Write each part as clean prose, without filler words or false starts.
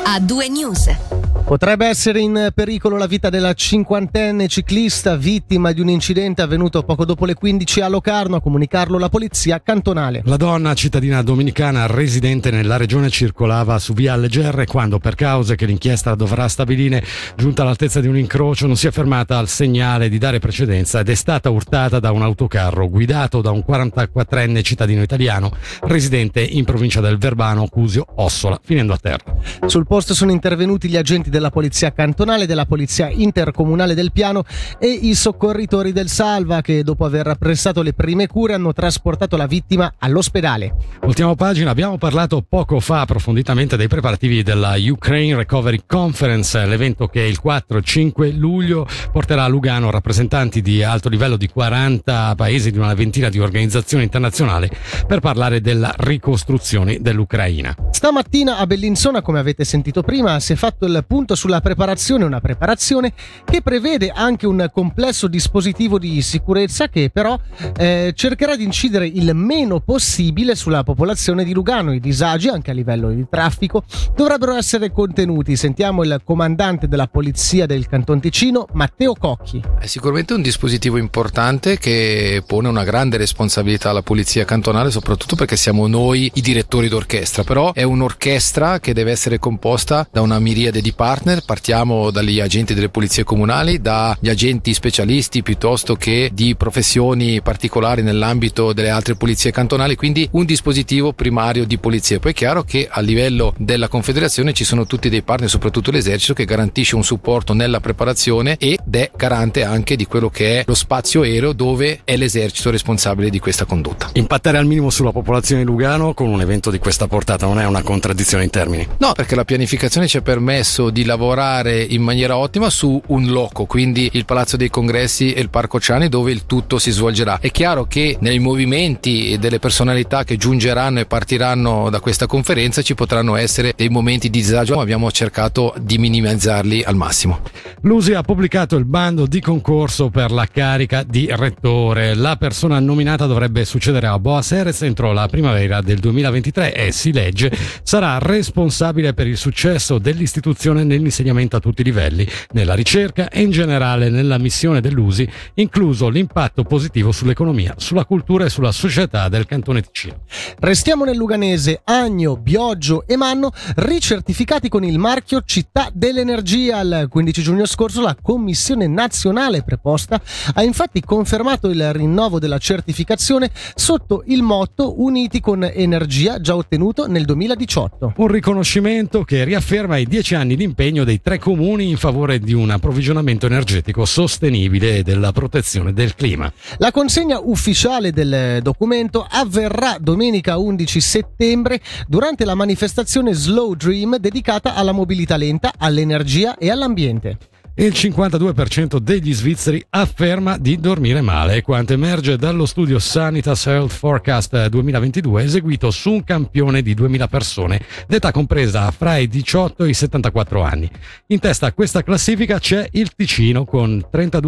A2 News. Potrebbe essere in pericolo la vita della cinquantenne ciclista vittima di un incidente avvenuto poco dopo le 15 a Locarno, a comunicarlo la polizia cantonale. La donna, cittadina dominicana residente nella regione, circolava su via Allegere quando, per cause che l'inchiesta dovrà stabilire, giunta all'altezza di un incrocio, non si è fermata al segnale di dare precedenza ed è stata urtata da un autocarro guidato da un 44enne cittadino italiano residente in provincia del Verbano, Cusio Ossola, finendo a terra. Sul posto sono intervenuti gli agenti della polizia cantonale, della polizia intercomunale del Piano e i soccorritori del Salva, che dopo aver prestato le prime cure hanno trasportato la vittima all'ospedale. Ultima pagina. Abbiamo parlato poco fa approfonditamente dei preparativi della Ukraine Recovery Conference, l'evento che il 4 e 5 luglio porterà a Lugano rappresentanti di alto livello di 40 paesi, di una ventina di organizzazioni internazionali, per parlare della ricostruzione dell'Ucraina. Stamattina a Bellinzona, come avete sentito prima, si è fatto il punto sulla preparazione, una preparazione che prevede anche un complesso dispositivo di sicurezza che però cercherà di incidere il meno possibile sulla popolazione di Lugano. I disagi, anche a livello di traffico, dovrebbero essere contenuti. Sentiamo il comandante della polizia del Canton Ticino, Matteo Cocchi. È sicuramente un dispositivo importante che pone una grande responsabilità alla polizia cantonale, soprattutto perché siamo noi i direttori d'orchestra, però è un'orchestra che deve essere composta da una miriade di partner. Partiamo dagli agenti delle polizie comunali, dagli agenti specialisti piuttosto che di professioni particolari nell'ambito delle altre polizie cantonali, quindi un dispositivo primario di polizia. Poi è chiaro che a livello della Confederazione ci sono tutti dei partner, soprattutto l'esercito, che garantisce un supporto nella preparazione ed è garante anche di quello che è lo spazio aereo, dove è l'esercito responsabile di questa condotta. Impattare al minimo sulla popolazione di Lugano con un evento di questa portata non è una contraddizione in termini? No, perché la pianificazione ci ha permesso di lavorare in maniera ottima su un loco, quindi il Palazzo dei Congressi e il Parco Ciani, dove il tutto si svolgerà. È chiaro che nei movimenti delle personalità che giungeranno e partiranno da questa conferenza ci potranno essere dei momenti di disagio, ma abbiamo cercato di minimizzarli al massimo. L'USI ha pubblicato il bando di concorso per la carica di rettore. La persona nominata dovrebbe succedere a Boas Erez entro la primavera del 2023 e, si legge, sarà responsabile per il successo dell'istituzione nell'insegnamento a tutti i livelli, nella ricerca e in generale nella missione dell'USI, incluso l'impatto positivo sull'economia, sulla cultura e sulla società del Cantone Ticino. Restiamo nel luganese. Agno, Bioggio e Manno ricertificati con il marchio Città dell'Energia. Il 15 giugno scorso la Commissione Nazionale preposta ha infatti confermato il rinnovo della certificazione sotto il motto Uniti con Energia, già ottenuto nel 2018. Un riconoscimento che riafferma i 10 anni di impegno dei 3 comuni in favore di un approvvigionamento energetico sostenibile e della protezione del clima. La consegna ufficiale del documento avverrà domenica 11 settembre durante la manifestazione Slow Dream dedicata alla mobilità lenta, all'energia e all'ambiente. Il 52% degli svizzeri afferma di dormire male, quanto emerge dallo studio Sanitas Health Forecast 2022 eseguito su un campione di 2000 persone d'età compresa fra i 18 e i 74 anni. In testa a questa classifica c'è il Ticino, con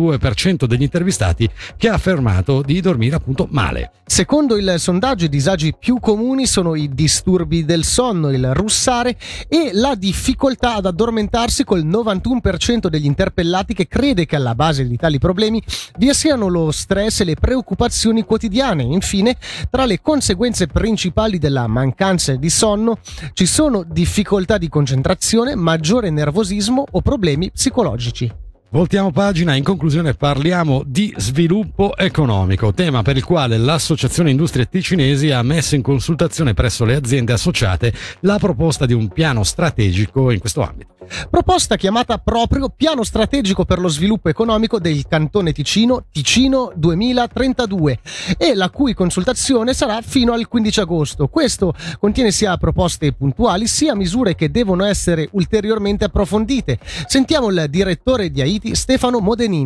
32% degli intervistati che ha affermato di dormire appunto male. Secondo il sondaggio, i disagi più comuni sono i disturbi del sonno, il russare e la difficoltà ad addormentarsi, col 91% degli interpellati che crede che alla base di tali problemi vi siano lo stress e le preoccupazioni quotidiane. Infine, tra le conseguenze principali della mancanza di sonno ci sono difficoltà di concentrazione, maggiore nervosismo o problemi psicologici. Voltiamo pagina. In conclusione parliamo di sviluppo economico, tema per il quale l'Associazione Industrie Ticinesi ha messo in consultazione presso le aziende associate la proposta di un piano strategico in questo ambito. Proposta chiamata proprio Piano Strategico per lo Sviluppo Economico del Cantone Ticino, Ticino 2032, e la cui consultazione sarà fino al 15 agosto. Questo contiene sia proposte puntuali sia misure che devono essere ulteriormente approfondite. Sentiamo il direttore di Haiti, Stefano Modenini.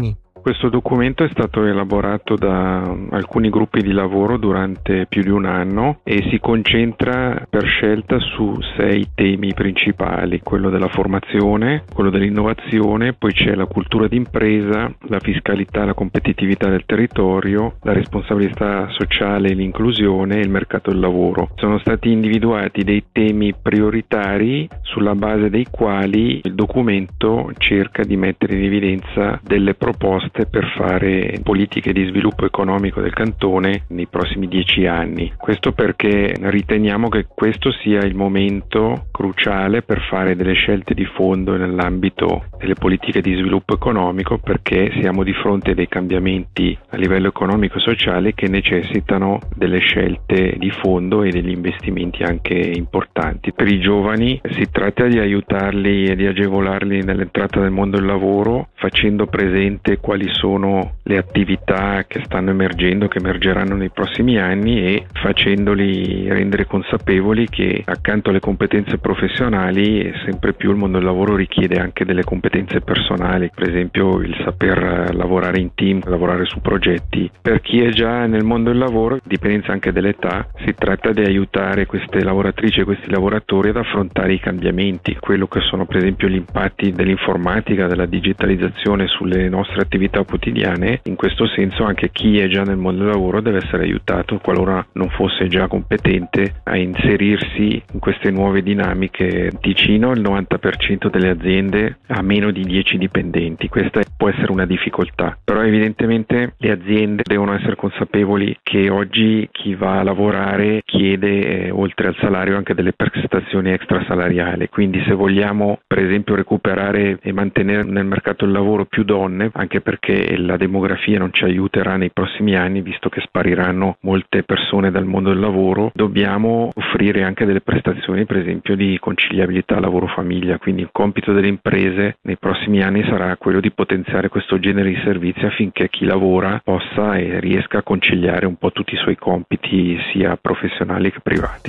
Questo documento è stato elaborato da alcuni gruppi di lavoro durante più di un anno e si concentra per scelta su 6 temi principali: quello della formazione, quello dell'innovazione, poi c'è la cultura d'impresa, la fiscalità, la competitività del territorio, la responsabilità sociale e l'inclusione e il mercato del lavoro. Sono stati individuati dei temi prioritari sulla base dei quali il documento cerca di mettere in evidenza delle proposte per fare politiche di sviluppo economico del cantone nei prossimi 10 anni. Questo perché riteniamo che questo sia il momento cruciale per fare delle scelte di fondo nell'ambito delle politiche di sviluppo economico, perché siamo di fronte a dei cambiamenti a livello economico e sociale che necessitano delle scelte di fondo e degli investimenti anche importanti. Per i giovani si tratta di aiutarli e di agevolarli nell'entrata nel mondo del lavoro, facendo presente quali sono le attività che stanno emergendo, che emergeranno nei prossimi anni, e facendoli rendere consapevoli che accanto alle competenze professionali sempre più il mondo del lavoro richiede anche delle competenze personali, per esempio il saper lavorare in team, lavorare su progetti. Per chi è già nel mondo del lavoro, dipendenza anche dell'età, si tratta di aiutare queste lavoratrici e questi lavoratori ad affrontare i cambiamenti, quello che sono per esempio gli impatti dell'informatica, della digitalizzazione sulle nostre attività quotidiane. In questo senso anche chi è già nel mondo del lavoro deve essere aiutato, qualora non fosse già competente, a inserirsi in queste nuove dinamiche. Ticino, il 90% delle aziende ha meno di 10 dipendenti. Questa può essere una difficoltà, però evidentemente le aziende devono essere consapevoli che oggi chi va a lavorare chiede oltre al salario anche delle prestazioni extrasalariali. Quindi se vogliamo per esempio recuperare e mantenere nel mercato del lavoro più donne, anche perché la demografia non ci aiuterà nei prossimi anni, visto che spariranno molte persone dal mondo del lavoro, dobbiamo offrire anche delle prestazioni per esempio di conciliabilità lavoro-famiglia. Quindi il compito delle imprese nei prossimi anni sarà quello di potenziare questo genere di servizi affinché chi lavora possa e riesca a conciliare un po' tutti i suoi compiti sia professionali che privati.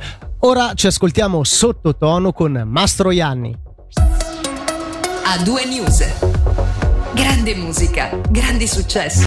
Ora ci ascoltiamo Sottotono con Mastro Ianni. A due News. Grande musica, grandi successi.